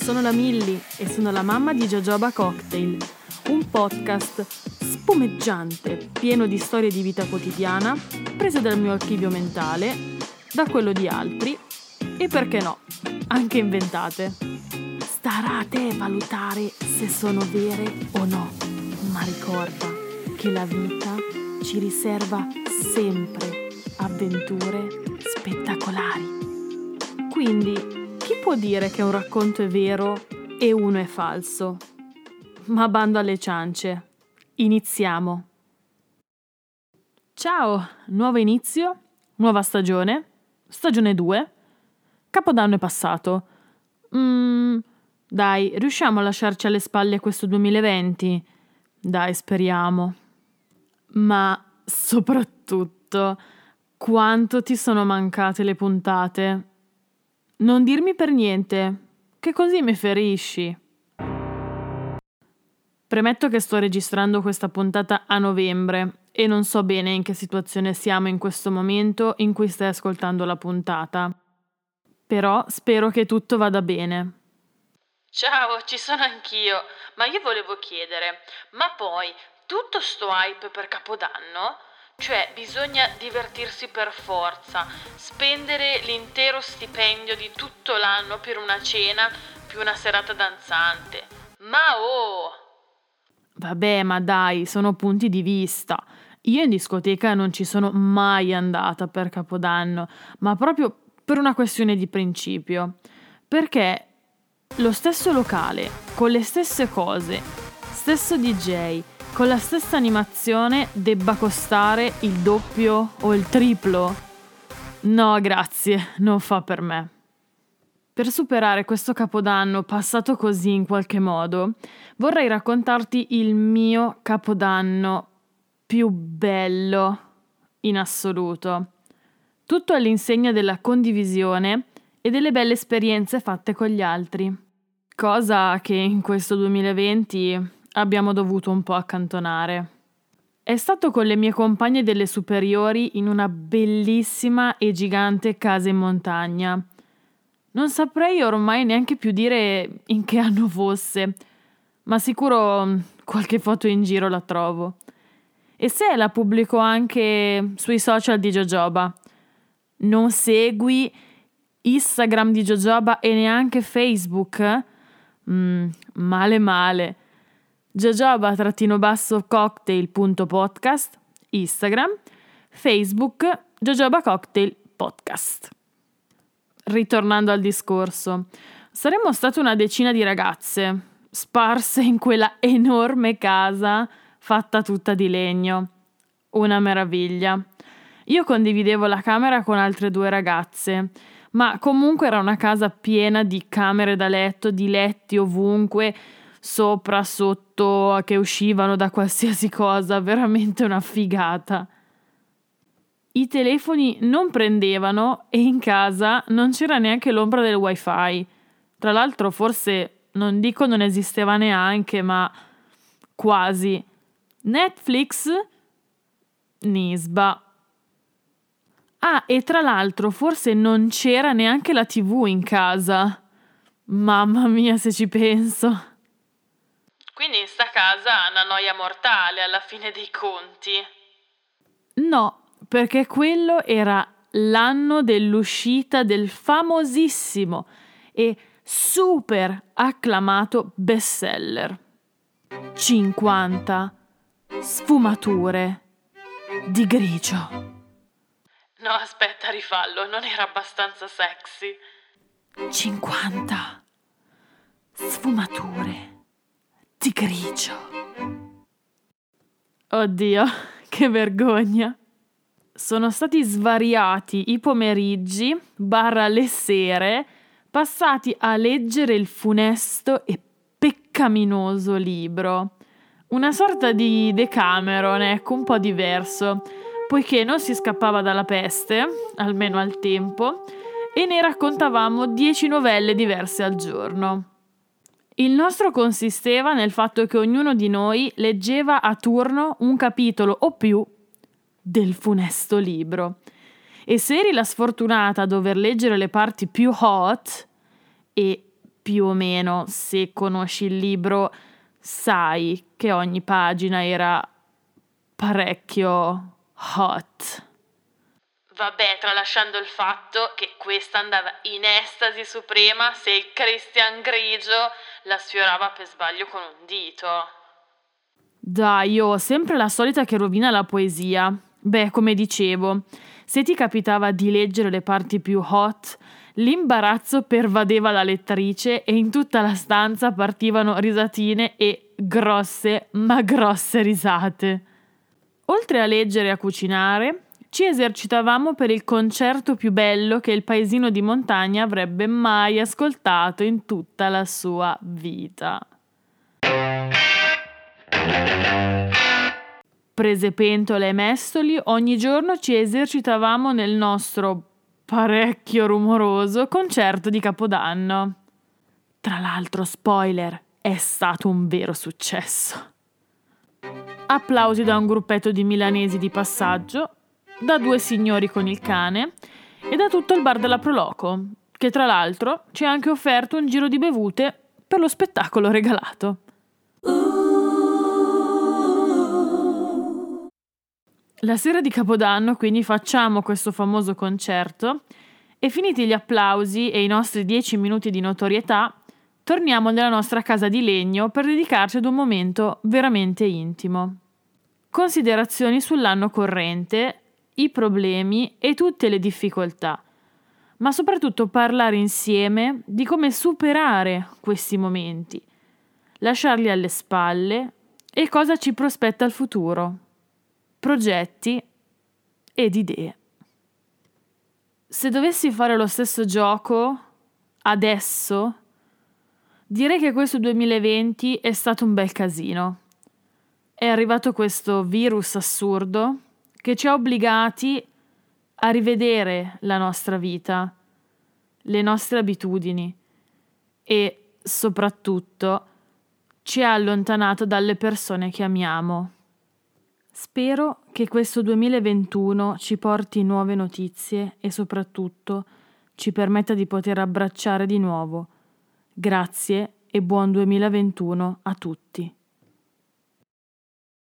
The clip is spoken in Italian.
sono la Milly e sono la mamma di Jojoba Cocktail, un podcast spumeggiante, pieno di storie di vita quotidiana, prese dal mio archivio mentale, da quello di altri e, perché no, anche inventate. Starà a te valutare se sono vere o no, ma ricorda che la vita ci riserva sempre avventure spettacolari. Quindi, chi può dire che un racconto è vero e uno è falso? Ma bando alle ciance. Iniziamo. Ciao, nuovo inizio, nuova stagione 2. Capodanno è passato. Dai, riusciamo a lasciarci alle spalle questo 2020? Dai, speriamo. Ma soprattutto, quanto ti sono mancate le puntate? Non dirmi per niente, che così mi ferisci. Premetto che sto registrando questa puntata a novembre e non so bene in che situazione siamo in questo momento in cui stai ascoltando la puntata. Però spero che tutto vada bene. Ciao, ci sono anch'io, ma io volevo chiedere, ma poi tutto sto hype per Capodanno? Cioè, bisogna divertirsi per forza, spendere l'intero stipendio di tutto l'anno per una cena più una serata danzante. Ma oh! Vabbè, ma dai, sono punti di vista. Io in discoteca non ci sono mai andata per Capodanno, ma proprio per una questione di principio. Perché lo stesso locale, con le stesse cose, stesso DJ, con la stessa animazione debba costare il doppio o il triplo? No, grazie, non fa per me. Per superare questo Capodanno passato così in qualche modo, vorrei raccontarti il mio Capodanno più bello in assoluto. Tutto all'insegna della condivisione e delle belle esperienze fatte con gli altri. Cosa che in questo 2020 abbiamo dovuto un po' accantonare. È stato con le mie compagne delle superiori in una bellissima e gigante casa in montagna. Non saprei ormai neanche più dire in che anno fosse, ma sicuro qualche foto in giro la trovo. E se la pubblico anche sui social di Jojoba. Non segui Instagram di Jojoba e neanche Facebook? Male. jojoba-cocktail.podcast, Instagram, Facebook, Jojoba Cocktail Podcast. Ritornando al discorso, saremmo state una decina di ragazze, sparse in quella enorme casa fatta tutta di legno. Una meraviglia. Io condividevo la camera con altre 2 ragazze, ma comunque era una casa piena di camere da letto, di letti ovunque, sopra, sotto, che uscivano da qualsiasi cosa, veramente una figata. I telefoni non prendevano e in casa non c'era neanche l'ombra del wifi. Tra l'altro forse, non dico non esisteva neanche, ma quasi. Netflix? Nisba. Ah, e tra l'altro forse non c'era neanche la TV in casa. Mamma mia, se ci penso. Quindi in sta casa ha una noia mortale alla fine dei conti. No, perché quello era l'anno dell'uscita del famosissimo e super acclamato bestseller. 50 sfumature di grigio. No, aspetta, rifallo, non era abbastanza sexy. 50 sfumature di grigio. Oddio, che vergogna. Sono stati svariati i pomeriggi / le sere passati a leggere il funesto e peccaminoso libro. Una sorta di Decameron, ecco, un po' diverso, poiché non si scappava dalla peste, almeno al tempo, e ne raccontavamo 10 novelle diverse al giorno. Il nostro consisteva nel fatto che ognuno di noi leggeva a turno un capitolo o più del funesto libro. E se eri la sfortunata a dover leggere le parti più hot e più o meno, se conosci il libro, sai che ogni pagina era parecchio hot. Vabbè, tralasciando il fatto che questa andava in estasi suprema se il Christian grigio la sfiorava per sbaglio con un dito. Dai, io ho sempre la solita che rovina la poesia. Beh, come dicevo, se ti capitava di leggere le parti più hot, l'imbarazzo pervadeva la lettrice e in tutta la stanza partivano risatine e grosse, ma grosse risate. Oltre a leggere e a cucinare, ci esercitavamo per il concerto più bello che il paesino di montagna avrebbe mai ascoltato in tutta la sua vita. Prese pentole e mestoli, ogni giorno ci esercitavamo nel nostro parecchio rumoroso concerto di Capodanno. Tra l'altro, spoiler, è stato un vero successo. Applausi da un gruppetto di milanesi di passaggio, da 2 signori con il cane e da tutto il bar della Proloco, che tra l'altro ci ha anche offerto un giro di bevute per lo spettacolo regalato. La sera di Capodanno quindi facciamo questo famoso concerto e finiti gli applausi e i nostri 10 minuti di notorietà, torniamo nella nostra casa di legno per dedicarci ad un momento veramente intimo. Considerazioni sull'anno corrente, i problemi e tutte le difficoltà, ma soprattutto parlare insieme di come superare questi momenti, lasciarli alle spalle e cosa ci prospetta il futuro, progetti ed idee. Se dovessi fare lo stesso gioco adesso, direi che questo 2020 è stato un bel casino. È arrivato questo virus assurdo che ci ha obbligati a rivedere la nostra vita, le nostre abitudini e soprattutto ci ha allontanato dalle persone che amiamo. Spero che questo 2021 ci porti nuove notizie e soprattutto ci permetta di poter abbracciare di nuovo. Grazie e buon 2021 a tutti.